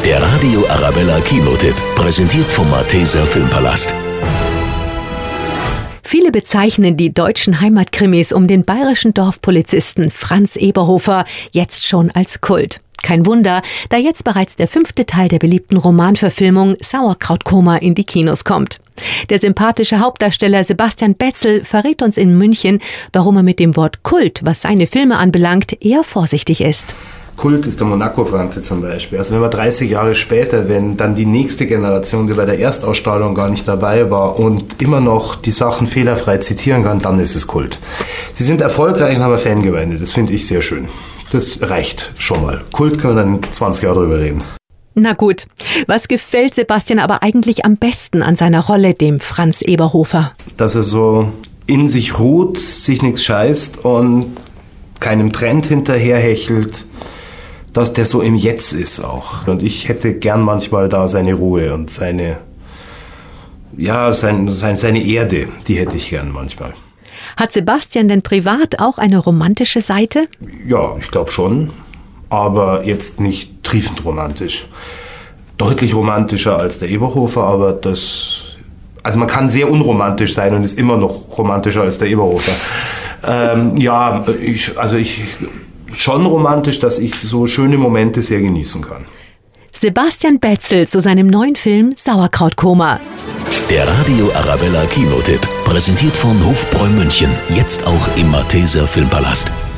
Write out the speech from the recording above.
Der Radio Arabella Kinotipp, präsentiert vom Malteser Filmpalast. Viele bezeichnen die deutschen Heimatkrimis um den bayerischen Dorfpolizisten Franz Eberhofer jetzt schon als Kult. Kein Wunder, da jetzt bereits der 5. Teil der beliebten Romanverfilmung Sauerkrautkoma in die Kinos kommt. Der sympathische Hauptdarsteller Sebastian Betzel verrät uns in München, warum er mit dem Wort Kult, was seine Filme anbelangt, eher vorsichtig ist. Kult ist der Monaco-Franze zum Beispiel. Also wenn man 30 Jahre später, wenn dann die nächste Generation, die bei der Erstausstrahlung gar nicht dabei war und immer noch die Sachen fehlerfrei zitieren kann, dann ist es Kult. Sie sind erfolgreich und haben Fangemeinde. Das finde ich sehr schön. Das reicht schon mal. Kult kann man dann 20 Jahre drüber reden. Na gut, was gefällt Sebastian aber eigentlich am besten an seiner Rolle, dem Franz Eberhofer? Dass er so in sich ruht, sich nichts scheißt und keinem Trend hinterherhechelt, dass der so im Jetzt ist auch. Und ich hätte gern manchmal da seine Ruhe und seine Erde, die hätte ich gern manchmal. Hat Sebastian denn privat auch eine romantische Seite? Ja, ich glaube schon, aber jetzt nicht triefend romantisch. Deutlich romantischer als der Eberhofer, aber also man kann sehr unromantisch sein und ist immer noch romantischer als der Eberhofer. Schon romantisch, dass ich so schöne Momente sehr genießen kann. Sebastian Betzel zu seinem neuen Film Sauerkrautkoma. Der Radio Arabella Kinotipp, präsentiert von Hofbräu München, jetzt auch im Malteser Filmpalast.